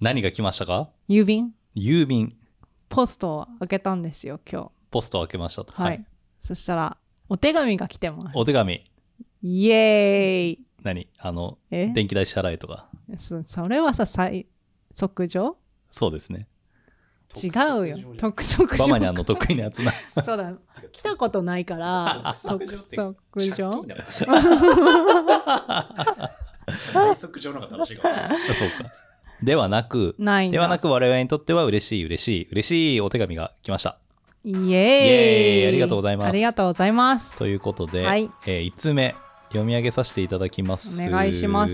何が来ましたか？ 郵便ポストを開けたんですよ今日。 ポストを開けましたと。 はい。そしたらお手紙が来てます。 お手紙。 イエーイ。 何？電気代支払いとか。 それはさ、最速上？ そうですね。 違うよ。督促状。 バマニャンの得意なやつな。 そうだ。来たことないから督促状。 最速上の方が楽しいかも。 そうか。ではなく我々にとっては嬉しいお手紙が来ました。 イエーイ。 ありがとうございます。 ありがとうございます。 ということで、 はい、 1通目読み上げさせていただきます。 お願いします。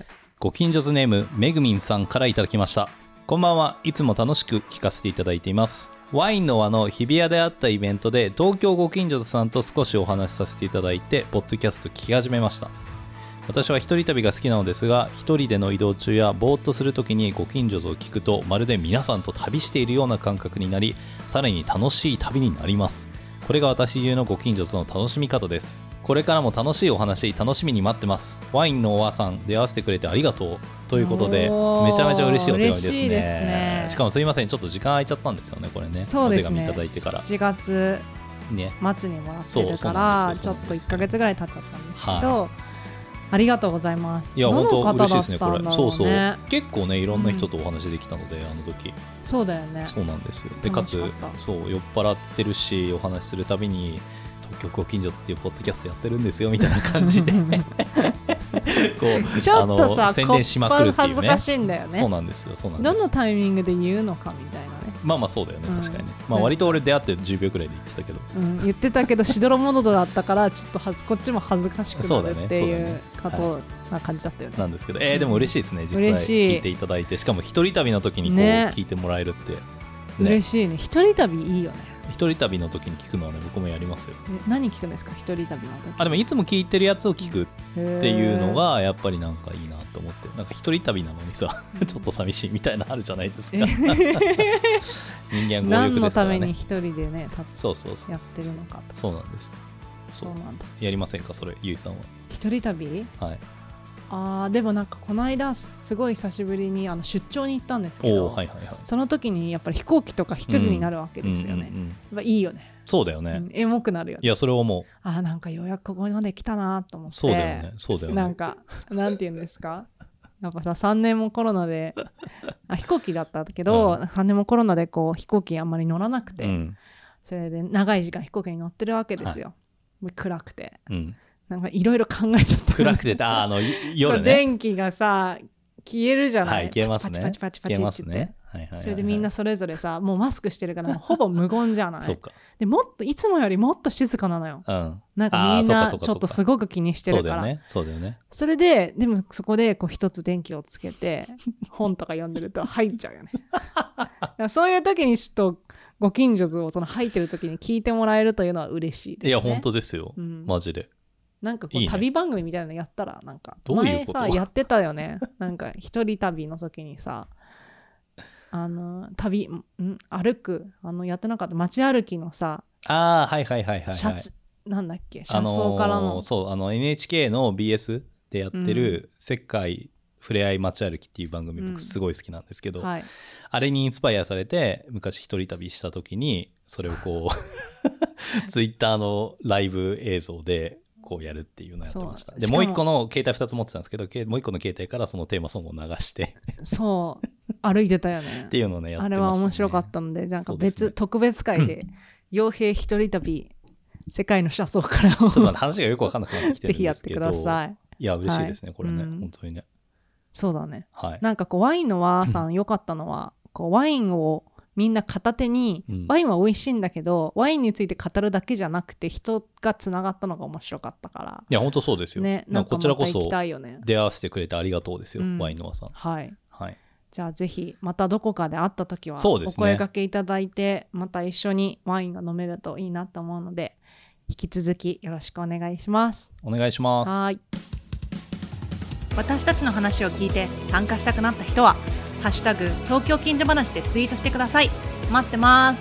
ご近所図ネームめぐみんさんからいただきました。こんばんは。いつも楽しく聞かせていただいています。ワインの輪の日比谷であったイベントで東京ご近所図さんと少しお話しさせていただいてポッドキャスト聞き始めました。私は一人旅が好きなのですが、一人での移動中やぼーっとするときにご近所図を聞くとまるで皆さんと旅しているような感覚になり、さらに楽しい旅になります。これが私流のご近所図の楽しみ方です。これからも楽しいお話楽しみに待ってます。ワインのおばさん出会わせてくれてありがとうということで、めちゃめちゃ嬉しいお手紙ですね。 嬉しいですね。 しかもすいません、ちょっと時間空いちゃったんですよねこれね。 そうですね。 お手紙いただいてから 7月末にもらってるからちょっと1ヶ月ぐらい経っちゃったんですけど、ありがとうございます。 いや本当嬉しいですねこれ。そう結構ねいろんな人とお話できたので、あの時。 そうだよね。 そうなんですよ。でかつそう酔っ払ってるし、お話しするたびに東京ご近所っていうポッドキャストやってるんですよみたいな感じでこうちょっとさ宣伝しまくるっていうね。 恥ずかしいんだよね。 そうなんですよ。どのタイミングで言うのかみたいなね。 まあそうだよね、確かにね。割と俺出会って10秒くらいで言ってたけど、 言ってたけどしどろもどろだったからちょっとこっちも恥ずかしくなるっていうな感じだったよね。 なんですけど、でも嬉しいですね。実際聞いていただいて、しかも一人旅の時にこう聞いてもらえるって、 嬉しいね。一人旅いいよね。 一人旅の時に聞くのはね、僕もやりますよ。 何聞くんですか一人旅の時？ でもいつも聞いてるやつを聞くっていうのがやっぱりなんかいいなと思って、なんか一人旅なのにさちょっと寂しいみたいなのあるじゃないですか人間強欲ですからね。 何のために一人でねそうやってるのかと。 そうなんです。 そうなんだ。 やりませんかそれ、ゆいさんは。 一人旅？ はい。 でもなんかこの間すごい久しぶりに出張に行ったんですけど、その時にやっぱり飛行機とか一人になるわけですよね。いいよね。 そうだよね。 エモくなるよね。 いやそれを思う。 なんかようやくここまで来たなと思って。 そうだよね。そうだよね。 なんかなんて言うんですかなんかさ3年もコロナで飛行機だったけど、3年もコロナでこう飛行機あんまり乗らなくて、それで長い時間飛行機に乗ってるわけですよ。暗くて。なんかいろいろ考えちゃった。 暗くて夜ね。 電気がさ消えるじゃない。 消えますね。 パチパチパチパチって。それでみんなそれぞれさもうマスクしてるからほぼ無言じゃない。 そうか。 でもっといつもよりもっと静かなのよ。なんかみんなちょっとすごく気にしてるから。 そうだよね。 それでもそこでこう一つ電気をつけて本とか読んでると入っちゃうよね。そういう時にちょっとご近所図をその入ってる時に聞いてもらえるというのは嬉しいですね。 いや本当ですよ。マジで。 なんかこう旅番組みたいなのやったらなんか前さやってたよね。なんか一人旅の時にさ歩くやってなかった街歩きのさシャツなんだっけ車窓からの NHK の BS でやってる世界ふれあい街歩きっていう番組僕すごい好きなんですけど、あれにインスパイアされて昔一人旅した時にそれをこうツイッターのライブ映像でこうやるっていうのをやってました。でもう一個の携帯2つ持ってたんですけど、もう一個の携帯からそのテーマソングを流してそう歩いてたよねっていうのをねやってましたね。 あれは面白かったのでなんか特別会で傭兵一人旅世界の車窓からをちょっと話がよく分かんなくなってきてるんですけどぜひやってください。 いや嬉しいですね、これね、本当にね。 そうだね、なんかこうワインの和さん良かったのはこうワインをみんな片手に、ワインは美味しいんだけどワインについて語るだけじゃなくて人がつながったのが面白かったから。 いや本当そうですよね。 なんかこちらこそまた行きたいよね。 出会わせてくれてありがとうですよ、ワインの和さん。 じゃあぜひまたどこかで会った時はお声掛けいただいて、また一緒にワインが飲めるといいなと思うので引き続きよろしくお願いします。 お願いします。 はい。私たちの話を聞いて参加したくなった人はハッシュタグ東京近所話でツイートしてください。待ってます。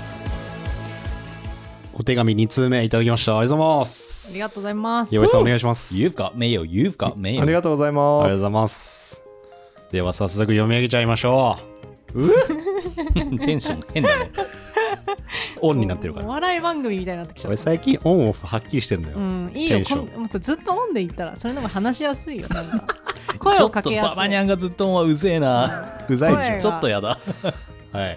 お手紙2通目いただきました。ありがとうございます。 ありがとうございます。 岩井さんお願いします。 You've got mail, you've got mail。 ありがとうございます。ありがとうございます。 では早速読み上げちゃいましょテンション変だね。 う。オンになってるかおら。 笑い番組みたいになってきちゃ俺った。 最近オンオフはっきりしてるのよ。 いいよ。 テンションもっとずっとオンでいったらそれの方が話しやすいよ。なんか声ちょっとをかけやすい。 ババニャンがずっとはうぜえな。 うざいでし声ちょっとやだ。 ょ。はい。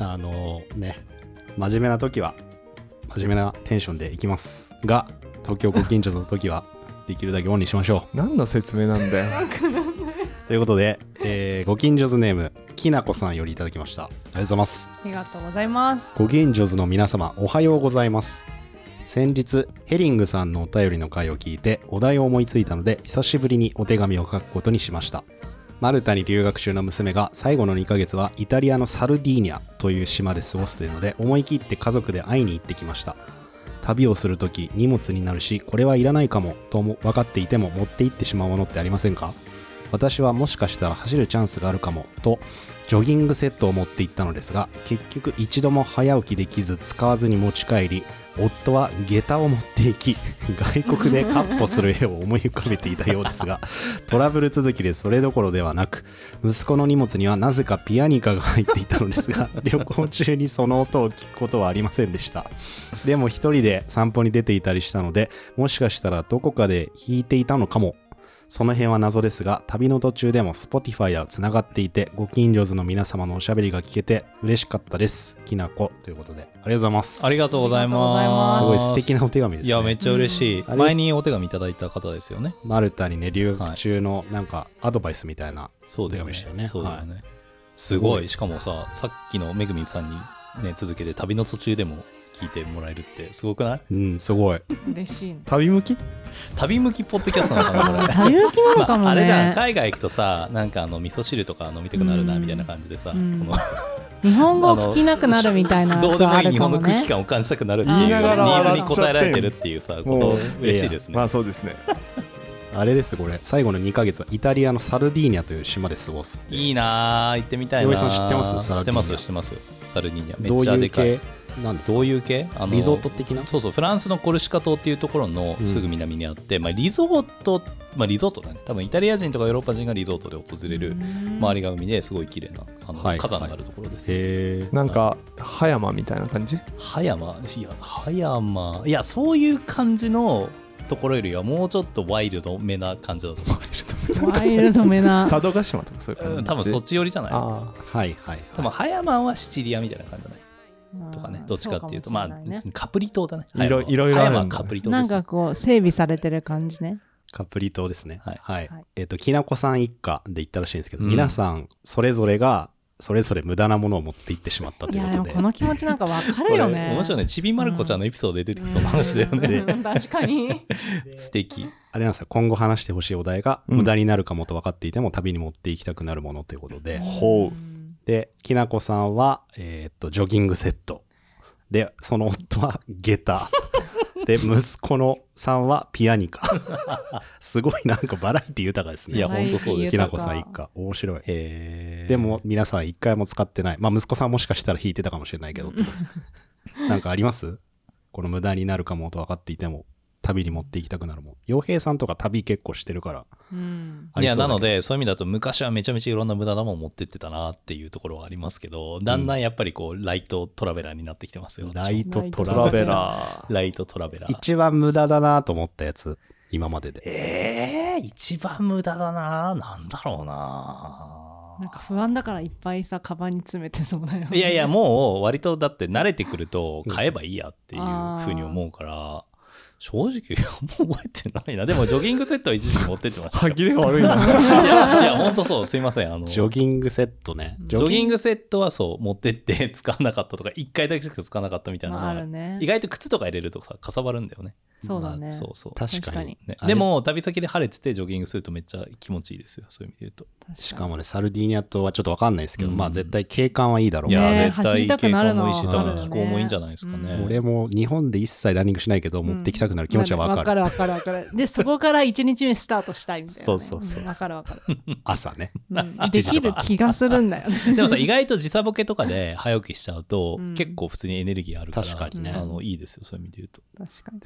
真面目な時は真面目なテンションでいきますが、東京ご近所の時はできるだけオンにしましょ何の説明なんだよ。 う。ということで、ご近所図ネームきなこさんよりいただきました。ありがとうございます。 ありがとうございます。 ご近所図の皆様、おはようございます。先日ヘリングさんのお便りの回を聞いてお題を思いついたので、久しぶりにお手紙を書くことにしました。マルタに留学中の娘が最後の2ヶ月はイタリアのサルディーニャという島で過ごすというので、思い切って家族で会いに行ってきました。旅をするとき荷物になるし、これはいらないかもとも分かっていても持って行ってしまうものってありませんか？私はもしかしたら走るチャンスがあるかもとジョギングセットを持って行ったのですが、結局一度も早起きできず使わずに持ち帰り、夫は下駄を持っていき外国でカッ歩する絵を思い浮かべていたようですが、トラブル続きでそれどころではなく、息子の荷物にはなぜかピアニカが入っていたのですが、旅行中にその音を聞くことはありませんでした。でも一人で散歩に出ていたりしたので、もしかしたらどこかで弾いていたのかも。その辺は謎ですが、旅の途中でも Spotify はつながっていて、ご近所図の皆様のおしゃべりが聞けて嬉しかったです。きなこということで、ありがとうございます。 ありがとうございありがとうございま。 ますすごい素敵なお手紙ですね。 いや、めっちゃ嬉しい。 うん前にお手紙いただいた方ですよね。 マルタにね、留学中のなんかアドバイスみたいなお手そうだよね。 紙でしたよね。 そうだよね。すごい。しかもさっきのめぐみさんにね、続けて旅の途中でも聞いてもらえるってすごくない？ うん、すごい。 嬉しいね。 旅向き？ 旅向きポッドキャストなのかな、これ。 旅向きなのかもね。 あれじゃん、海外行くとさ、なんか味噌汁とか飲みたくなるなみたいな感じでさ、この日本語を聞きなくなるみたいなやつどうでもいい日本はあるかもね。 の空気感を感じたくなるっていう言いニながらーズに応えられてるっていうさ、こと嬉しいですね。 まあそうですね。 あれですこれ最後の2ヶ月はイタリアのサルディーニャという島で過ごす。 いいなぁ、行ってみたいなぁ。 岩井さん知ってます？サルディーニャ知ってます。サルディーニャ。めどういうっちゃでかい。 系なんですか？ どういう系？ リゾート的な？ そうそう、フランスのコルシカ島っていうところのすぐ南にあって、リゾートだね。多分イタリア人とかヨーロッパ人がリゾートで訪れる周りが海ですごい綺麗なはい火山があるところです。 へー。 なんか葉山みたいな感じ？ 葉山、いや、そういう感じのところよりはもうちょっとワイルドめな感じだと思う。 ワイルドめな。 佐渡島とかそういう感じ？ 多分そっち寄りじゃない？ あはいはい。 多分葉山はシチリアみたいな感じだね。とかね、どっちかっていうと、 そうかもしれないねカプリ島だね。 いろいろあるんだ葉山はカプリ島です。 なんかこう整備されてる感じね。 カプリ島ですね。 はいはい。 はいきなこさん一家で行ったらしいんですけど、 うん皆さんそれぞれがそれぞれ無駄なものを持って行ってしまったといやでもいうことで。 この気持ちなんかわかこれるよね。 面白いね。ちびまる子ちゃんのエピソードで出てきそうな話だよね。 うん確かに。 素敵。 あれなんですよ、今後話してほしいお題が無駄になるかもと分かっていても旅に持って行きたくなるものということで、 ほう。 で、きなこさんは、ジョギングセット。で、その夫は下駄。で、息子のさんはピアニカ。すごいなんかバラエティ豊かですね。 いや、ほんとそうです。 きなこさん一家。面白い。 へーでも皆さん一回も使ってない。まあ息子さんもしかしたら弾いてたかもしれないけど。なんかあります？この無駄になるかもと分かっていても旅に持って行きたくなるもん。洋平さんとか旅結構してるから。 うんいや、なので。 で、そういう意味だと、昔はめちゃめちゃいろんな無駄なもん持ってってたなっていうところはありますけど、だんだんやっぱりこう、ライトトラベラーになってきてますよ。 ライトトトラベラベラー。 ラー。 ライトトラベラー。 一番無駄だなと思ったやつ、今までで。 一番無駄だな。なんだろうな。 なんか不安だからいっぱいさカバンに詰めてそうだよね。 いやいや、もう割とだって慣れてくると買えばいいやっていうふうに思うから、正直もう覚えてないな。でもジョギングセットは一時期持ってってました歯よ。 切れが悪いな。 いや、ほんとそう、すいません。 ジョギングセットね。 ジョギングセットはそう持ってって使わなかったとか1回だけしか使わなかったみたいなのまあがあるね意外と靴とか入れるとさかさばるんだよね。 そうだね。 まあそうそう、 確かに確かにね、 あれでも旅先で晴れててジョギングするとめっちゃ気持ちいいですよ、そういう意味で言うと。 確かにしかもね、サルディーニャ島はちょっとわかんないですけど、 うんまあ絶対景観はいいだろういや、 ね絶対走りたくなるのは景観もいいし、多分わかるね気候もいいんじゃないですかね。 俺も日本で一切ランニングしないけど、持ってきたくなる気持ちはわかる。 わかるわかるわかる。で、そこから1日目スタートしたいみたいなね。 そうそうそうんわかるわかる。 朝ね。 うん 7 で時とかきる気がするんだよね。 でもさ、意外と時差ボケとかで早起きしちゃうと、 うん結構普通にエネルギーあるから、 確かにねいいですよ、そういう意味で言うと。 確かに。 で、走っ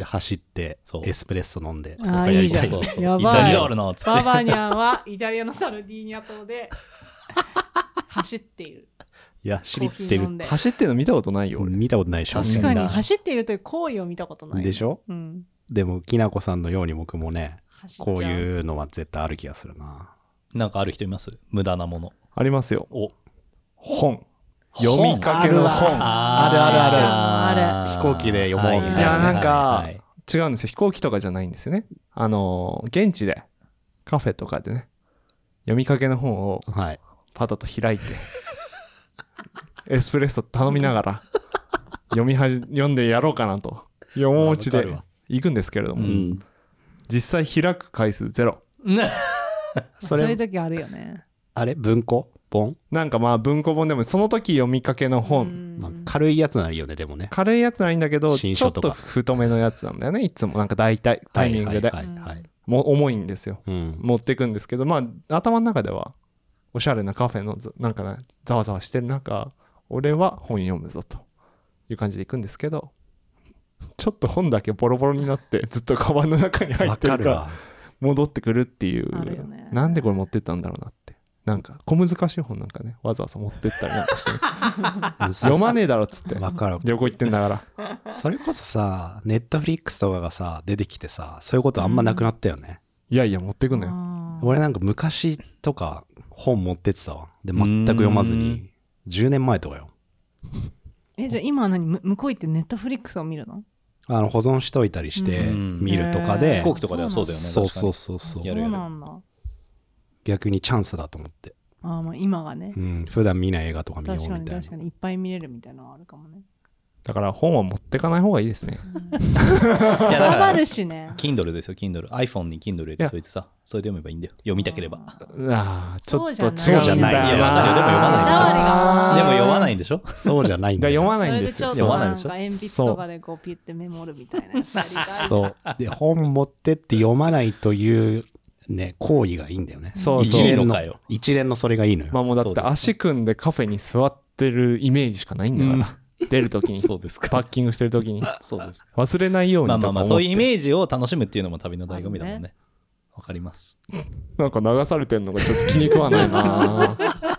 ってそうエスプレッソ飲んで、 あーやりいいじゃんたいそうそうやばいイタリアールのっつってババニャンはイタリアのサルディーニャ島で走っている。 いや知コーってるヒー飲んで。 走ってるの見たことないよ俺。 見たことないでしょ。 確かにな走っているという行為を見たことない。 でしょ。 うん。 でもきなこさんのように僕もね走っちゃこういうのは絶対ある気がするな。 なんかある人います？無駄なもの。 ありますよ。 お本。読みかけの本。 あるあるあ飛行機で読もうみたいな、 いやなんかはいはい違うんですよ。飛行機とかじゃないんですよね。現地でカフェとかでね、読みかけの本をはい。 パタッと開いて、エスプレッソ頼みながら読んでやろうかなという面持ちでわかるわ行くんですけれども、 うん。 実際開く回数ゼロ。 そういう時あるよね。 あれ文庫本、 なんかまあ文庫本でもその時読みかけの本、 まあ、軽いやつならいいよねでもね。 軽いやつないんだけど、ちょっ新書とかと太めのやつなんだよね。いつもなんか大体タイミングで。 はいはいはい、はい。 もう重いんですよ。 うん。 持っていくんですけど、まあ頭の中ではおしゃれなカフェのなんかねざわざわしてる中、俺は本読むぞという感じで行くんですけど、ちょっと本だけボロボロになってずっとカバンの中に入わってるからかるわ。 戻ってくるっていう、 あるよねなんでこれ持ってったんだろうなって、なんか小難しい本なんかねわざわざ持ってったりなんかして、ね、読まねえだろっつってわかる。 旅行行ってんだからそれこそさ、ネットフリックスとかがさ、出てきてさ、そういうことあんまなくなったよね。 いやいや持ってくんのよ。 俺なんか昔とか本持ってってたわ。で、全く読まずに、10年前とかよ。 じゃあ今は何向こう行ってネットフリックスを見るの？ 保存しといたりしてうん見るとかで、 飛行機とかではそうだよね。 そうそう確そうそう。 やるやるそうなんだ。 逆にチャンスだと思って。 ああ、まあ今がねう。ん、普段見ない映画とか見ようみ確かたいな。 に確かにいっぱい見れるみたいなのはあるかもね。 だから本は持ってかない方がいいですね。 かに。いやだかかからるしね。 Kindle ですよ Kindle。iPhone に Kindle 入れといてさ、それで読めばいいんだよ。読みたければ。 ああちょっと違うんだそうじゃないよいやわかるよでも読まない手触りが欲しいでも読まないんでしょ？ そうじゃないんだよ。 だから読まないんそれですよ。 でちょっとな読まないでしょんか鉛筆とかでこうピュってメモるみたいなやつやりたい。 そう。で、本持ってって読まないというね、行為がいいんだよね。 そうそう一連のいいのかよ一連のそれがいいのよ。 まあもうだってそうですか足組んでカフェに座ってるイメージしかないんだから、出るときにそうですか。 パッキングしてるときにそうですか。 忘れないようにまあまあまあ、 とか思ってそういうイメージを楽しむっていうのも旅の醍醐味だもんね。わかります。 なんか流されてんのがちょっと気に食わないな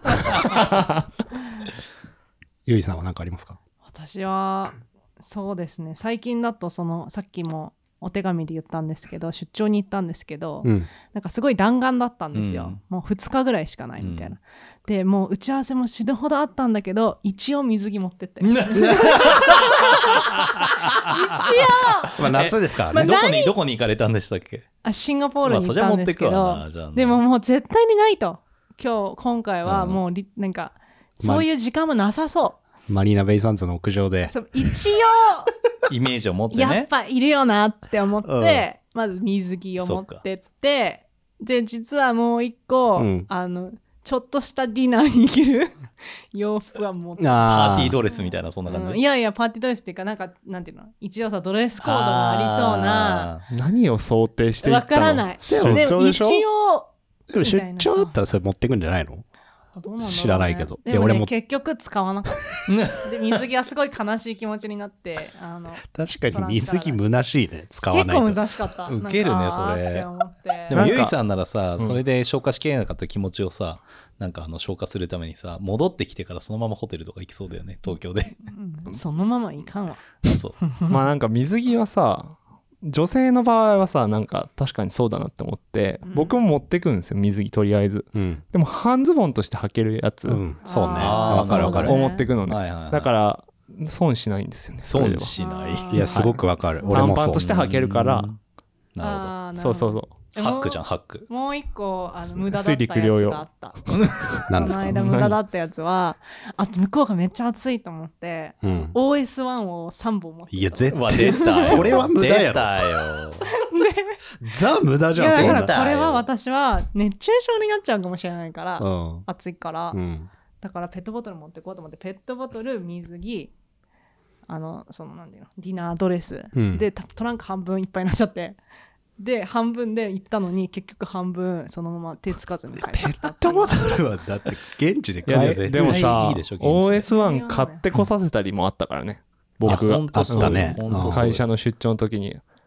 ゆいさんは何かありますか？ 私はそうですね、最近だとさっきもお手紙で言ったんですけど、出張に行ったんですけど、 うん。 なんかすごい弾丸だったんですよ、もう2日ぐらいしかないみたいな、でもう打ち合わせも死ぬほどあったんだけど、一応水着持ってって一応まあ夏ですからね。 どこに行かれたんでしたっけ？ シンガポールに行ったんですけまあそれは持ってくど、 わなじゃあねでももう絶対にないと、今回はもうなんかそういう時間もなさそう、 マリーナベイサンズの屋上で。 そう一イメージを持って応やっね。 ぱいるよなって思って、まず水着を持ってって、で実はもう一個、ちょっとしたディナーに行ける洋服は持ってパーティードレスみたいな、そんな感じ。 いやいやパーティードレスっていうか、なんていうの、一応さドレスコードがありそうな、 何を想定していったの？ わからない。 出でも張でしょ？ 一応でも出張だったらそれ持ってくんじゃないの？ どうなんだろうね知らないけどでもね、 いや俺も結局使わなかったで水着はすごい悲しい気持ちになって確かに水着虚しいね。使わないと。 結構難しかった。 ウケるねなんかそれあーって思ってでもなんかゆいさんならさ、それで消化しきれなかった気持ちをさ、なんか消化するためにさ、戻ってきてからそのままホテルとか行きそうだよね、東京で。 そのままいかんわ。 そう。 まあなんか水着はさ、女性の場合はさ、なんか確かにそうだなって思って、僕も持ってくんですよ、水着とりあえず。 うん。 でも半ズボンとして履けるやつ、 うん。そうね。 あーわかるわかるそう。 思ってくのね。 はいはいはいだから損しないんですよね。それで損はしない。 いや、すごくわかる。 はい俺もそう短パンと。して履けるから、 なるそうそうそう。 ほど。ハックじゃん、ハック。 もう一個無駄だった水陸両用やつがあった。 なんですか？ この間無駄だったやつは、あと向こうがめっちゃ暑いと思って、 うん。 OS1 を3本持ってた。 いや、絶うわ、 対出たよ。 それは無駄やろ。 出たよ。 ザ無駄じいやゃん、そんな。 だからこれは私は熱中症になっちゃうかもしれないから、 うん。 暑いから、 うん。 だからペットボトル持ってこうと思って、ペットボトル、水着、なんていうの、ディナードレス、 うんでトランク半分いっぱいになっちゃって、で半分で行ったのに結局半分そのまま手つかずに帰ってきた。 ペットボトルはだって現地でいや買え絶対でもさいいでしょ現地で OS1 買ってこさせたりもあったからね、僕がほんとそうあったねほんとそう会社の出張の時に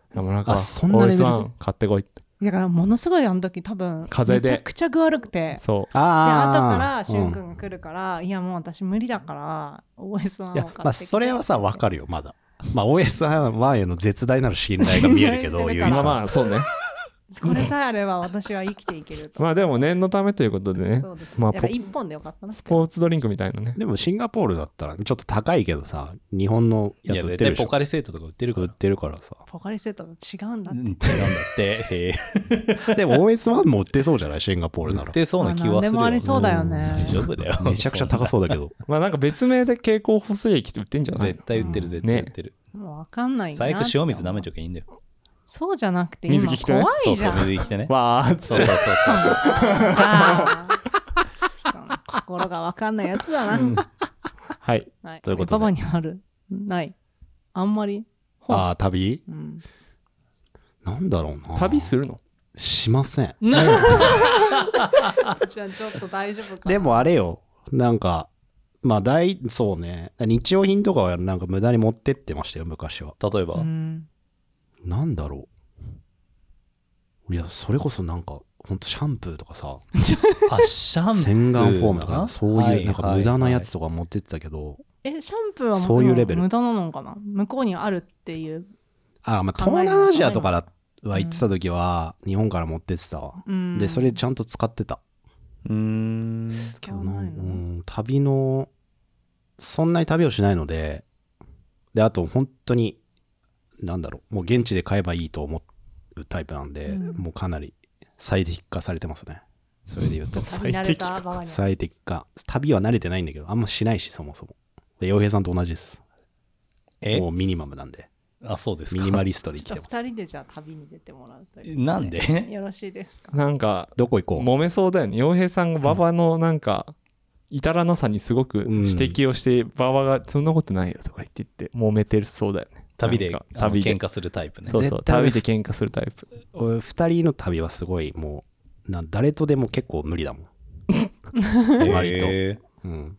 やもうなんかそんなレベル OS1 買ってこいって。 だからものすごいあの時多分風邪でめちゃくちゃ具悪くて、 そう。 で後からしゅんうんくんが来るから、いやもう私無理だから OS1 を買ってきて。 いや、まあそれはさ分かるよまだ。まあ OS1 への絶大なる信頼が見えるけど、 信頼してるゆいさん。 まあそうね。 これさえあれば私は生きていけると。 まあでも念のためということでね。 そうですね。 まあだから1本でよかったな。 スポーツドリンクみたいなね。 でもシンガポールだったらちょっと高いけどさ、日本のいや、絶やつ売ってるでしょ。 対ポカリセットとか売ってるから。 売ってるからさ。 ポカリセットと違うんだって。 うん、違うんだって。へえ。 でも OS1 も売ってそうじゃないシンガポールなら。 売ってそうな気はするよ。 まあ何でもありそうだよね大丈夫だよ。 めちゃくちゃ高そうだけど。 まあなんか別名で経口補水液って売ってんじゃない絶対売ってる、絶対売ってる。 もう分かんないな。 最悪塩水舐めちゃけばいいんだよ。 そうじゃなくて今水着着てね怖そうそう、 いじゃん。 水着着てね。 わーっつってそうそうそうそう。 さあ人の心が分かんないやつだな。 はい。 はい、 ということでパパにあるないあんまり本ああ、旅うん、 なんだろうな。 旅するの？ しません。 じゃあちょっと大丈夫かな。 でもあれよ、なんか、まあそうね、日用品とかはなんか無駄に持ってってましたよ、昔は。 例えばう。ん、 なんだろう。いや、それこそなんか、ほんとシャンプーとかさ、 あ、シャンプー。 洗顔フォームとか、そうはいいうなんか無駄なやつとか持ってってたけど、 シャンプーはそういうレベル無駄なのかな。向こうにあるっていう、 まあ東南アジアとかは行ってた時は、日本から持ってってたわ。 うん、 で、それちゃんと使ってた。 うーん。 けどな、 使わないの旅の、そんなに旅をしないので、で、あと本当に、なんだろう、もう現地で買えばいいと思うタイプなんで、 うんもうかなり最適化されてますね。それで言うと。 旅慣れた場合に最適化。旅は慣れてないんだけど、あんましないし、そもそも。で、洋平さんと同じです。もうミニマムなんで。 あ、そうですか。 ミニマリストで生きちょってとます。 2人でじゃあ旅に出てもらうというなんでよろしいですか。 なんかどこ行こう。 揉めそうだよね。洋平さんが馬場のなんか至らなさにすごく指摘をして、馬場がそんなことないよとか言って揉めてるそうだよね。 旅でなんか旅で喧嘩するタイプね。 そうそう、 絶対旅で喧嘩するタイプ。 俺二人の旅はすごい、もう、誰とでも結構無理だもん。割と。 へーうん。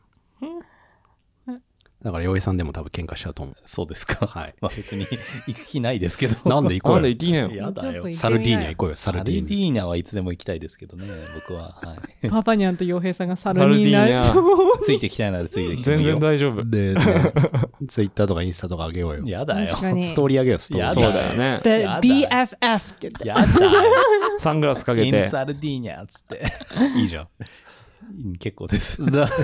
だから、洋平さんでも多分喧嘩しちゃうと思う。 そうですか。 はい。 まあ別に行く気ないですけど。 なんで行こなうんよ。 で行きなよ。 やだよちょっと行ってみなよ。 サルディーニャ行こうよ、ササルディルディーニャ。 ーニャはいつでも行きたいですけどね、僕は。はい。 パパニャンと洋平さんがササルルになるディーニャと。 ついてきたいならついてきてもい全いよ。 然大丈夫。 で、ツイッターとかインスタとか上げようよ。 やだよ確。かに。 ストーリー上げよう、ストーリー。 やそうだよね。 で、 やだ BFF って言って。 やだよ。 サングラスかけインて。 サルディーニャっつって。 いいじゃん。 うん結構です。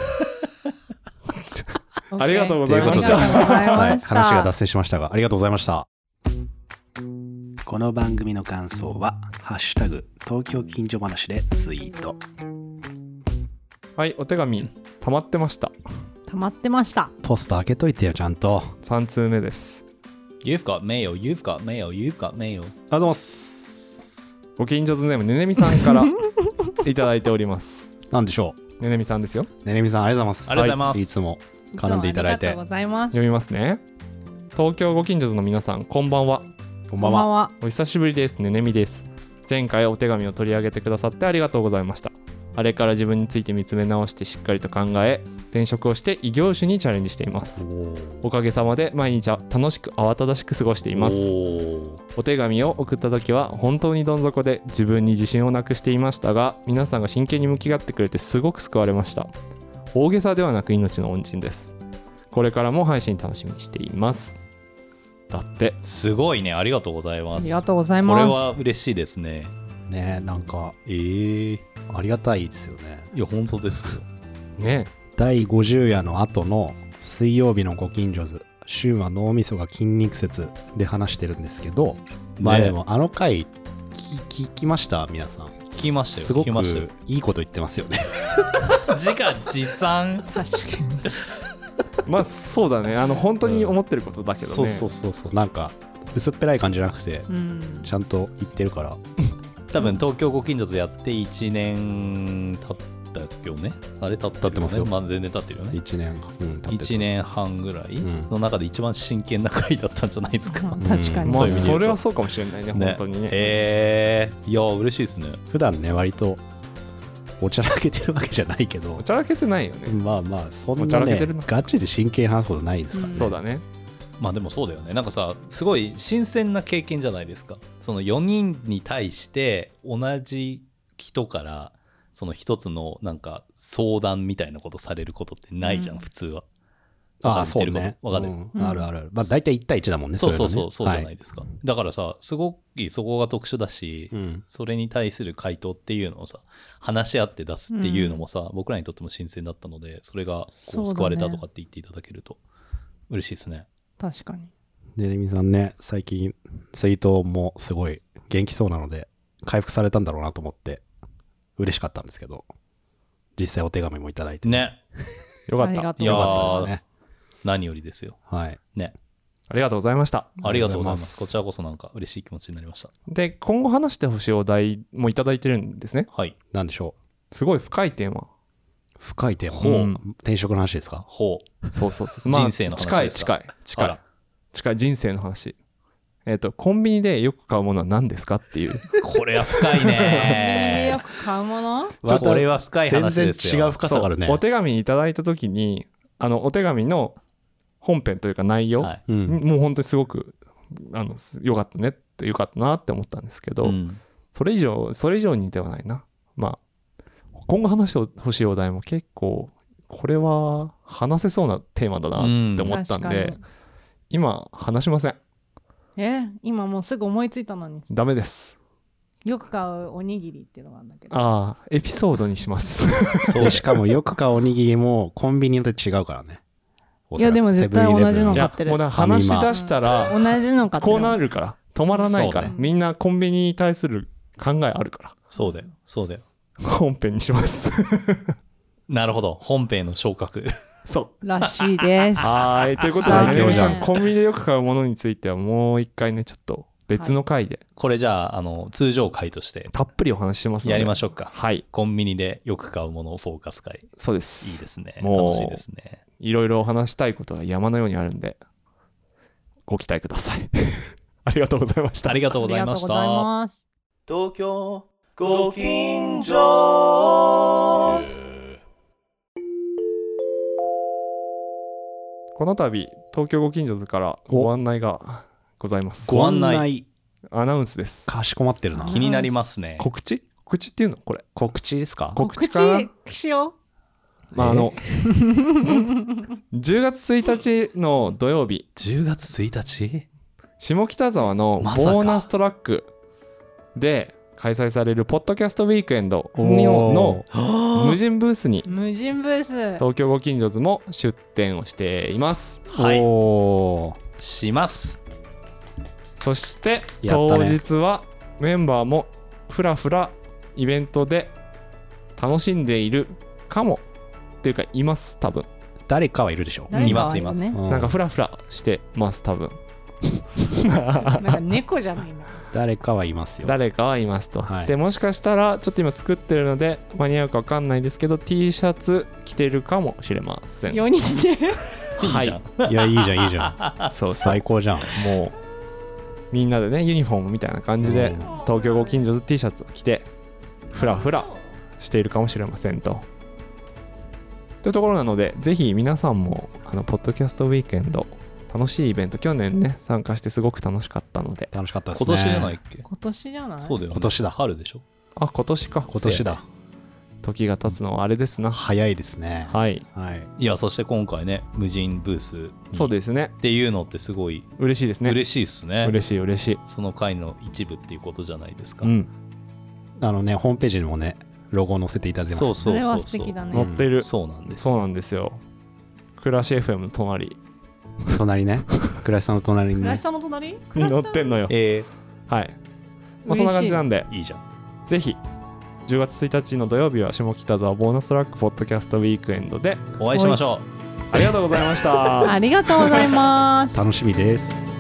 ありがとうございましたありがとうございはい、 ました。 話が脱線しましたが、ありがとうございました。この番組の感想は、ハッシュタグ、東京近所話でツイート。 はい、お手紙溜まってました。 溜まってました。 ポスト開けといてよ、ちゃんと。 3通目です。 You've got mail, you've got mail, you've got mail. ありがとうございます。 ご近所ネームねねみさんからいただいております。 なんでしょねねみさんですよ。 う。ねねみさん、ありがとうございます。 ありがとうございますはいつも絡んでいただいてありがとう。ございます。 読みますね。東京ご近所の皆さん、こんばんは。 こんばんは。 は。 お久しぶりです。ねねみです。前回お手紙を取り上げてくださってありがとうございました。あれから自分について見つめ直してしっかりと考え、転職をして異業種にチャレンジしています。おかげさまで毎日楽しく慌ただしく過ごしています。お手紙を送った時は本当にどん底で自分に自信をなくしていましたが、皆さんが真剣に向き合ってくれてすごく救われました。大げさではなく命の恩人です。これからも配信楽しみにしています。だってすごいね、ありがとうございあます。 りがとうございこれます。 は嬉しいですね。 ねなんか、 いありがたいですよね。 や、本当ですよ。 ね、 第50夜の後の水曜日のご近所図、週は脳みそが筋肉説で話してるんですけど、まあでもあの回聞きました皆さん。 聞きましたよすご聞きましたよくいいこと言ってますよね。 自画自賛。 確かに。 まあそうだね。本当に思ってることだけどね。 そうそうそうそう、なんか薄っぺらい感じじゃなくてうん。 ちゃんと言ってるから。 多分東京ご近所図やって1年経ったよね。あれ経ってるよね。 経ってますよまあ全然経ってるよね。 1年、経って 1年半ぐらいうんの中で一番真剣な回だったんじゃないですか。 確かに。 まあそういう意味で言うとそれはそうかもしれないね、本当にね。 いや嬉しいですね。 普段ね割とおちゃらけてるわけじゃないけどおちゃらけてないよね。 まあまあそんおちゃなねらけてるなガチで真剣に話すことないですからね。 そうだね。 まあでもそうだよね。なんかさ、すごい新鮮な経験じゃないですか。その4人に対して同じ人からその一つのなんか相談みたいなことされることってないじゃん、普通は。 ああ、そうね。 わかる、 あるある。まあ大体1対1だもんね。 そうれがねそうじゃないですか。だからさ、すごくそこが特殊だし、それに対する回答っていうのをさ、話し合って出すっていうのもさ、僕らにとっても新鮮だったので、それがこう救われたとかって言っていただけると嬉しいですね。 確かに。 で、レミさんね、最近ツイートもすごい元気そうなので、回復されたんだろうなと思って嬉しかったんですけど、実際お手紙もいただいてね。 よかった。 よかったですね。 何よりですよ。 はい。 ね。 ありがとうございました。 ありがとうございます。こちらこそなんか嬉しい気持ちになりました。 で、今後話してほしいお題もいただいてるんですね。 はい。 なんでしょう。すごい深いテーマ。 深いテーマ。転職の話ですか？ ほう。そう。 まあ、人生の話ですか？ 近い人生の話。コンビニでよく買うものは何ですかっていう。 これは深いね。 コンビニでよく買うもの？ これは深い話ですよ。 全然違う深さがあるね。 お手紙いただいたときに、お手紙の本編というか内容、もう本当にすごくよかったねってよかったなって思ったんですけど、それ以上にではないな。まあ今後話してほしいお題も結構これは話せそうなテーマだなって思ったんで、今話しません。 今もうすぐ思いついたのに。 ダメです。 よく買うおにぎりっていうのがあるんだけど。 ああ、エピソードにします。 そう、しかもよく買うおにぎりもコンビニで違うからね。 いやでも絶対同じの買ってる。 もう話し出したら同じの買ってる。 こうなるから止まらないから、みんなコンビニに対する考えあるから。 そうだよ。 本編にします。 なるほど。本編の昇格。 そうらしいです。 はい。ということで、皆さんコンビニでよく買うものについてはもう一回ね、ちょっと別の回で、 これじゃあ通常回としてたっぷりお話ししますのでやりましょうか。 はい。 コンビニでよく買うものをフォーカス回。 そうです。 いいですね。 もう楽しいですね。 いろいろお話したいことが山のようにあるんでご期待ください。ありがとうございました。 ありがとうございました。 東京ご近所。 この度東京ご近所図からご案内がございます。 ご案内アナウンスです。 かしこまってるな。 気になりますね。 告知っていうのこれ告知ですか？ 告知かな。 告知しよう。まあ10月1日の土曜日。 10月1日？ 下北沢のボーナストラックで開催されるポッドキャストウィークエンドの無人ブースに東京ご近所図も出展をしています。 はい。します。 そして当日はメンバーもふらふらイベントで楽しんでいるかもっていうかいます多分。 誰かはいるでしょ。 います。 なんかふらふらしてます多分。 なんか猫じゃないな。 誰かはいますよ。 誰かはいますと、でもしかしたらちょっと今作ってるので間に合うか分かんないですけど T シャツ着てるかもしれません。 4人ではい。 いやいいじゃん。そう最高じゃん。 もうみんなでねユニフォームみたいな感じで東京ご近所図 T シャツを着てフラフラしているかもしれませんというところなので、ぜひ皆さんもポッドキャストウィークエンド楽しいイベント去年ね参加してすごく楽しかったので。 楽しかったですね。 今年じゃないっけ？ 今年じゃない？ そうだよね。 今年だ。 春でしょ。 あ、今年か。 今年だ。 時が経つのはあれですな。 早いですね。 はい。 いや、そして今回ね無人ブース。 そうですね。 っていうのってすごい嬉しいですね。 嬉しいですね。 嬉しい。 その回の一部っていうことじゃないですか。 ホームページにもねロゴ載せていただいてます。 それは素敵だね。 載ってる。 そうなんです。 そうなんですよ。暮らし FM の隣ね。暮らしさんの隣にね。 暮らしさんの隣に載ってんのよ。はい。まあそんな感じなんで。 いいじゃん。 ぜひ10月1日の土曜日は下北沢ボーナストラックポッドキャストウィークエンドでお会いしましょう。 ありがとうございました。 ありがとうございます。 楽しみです。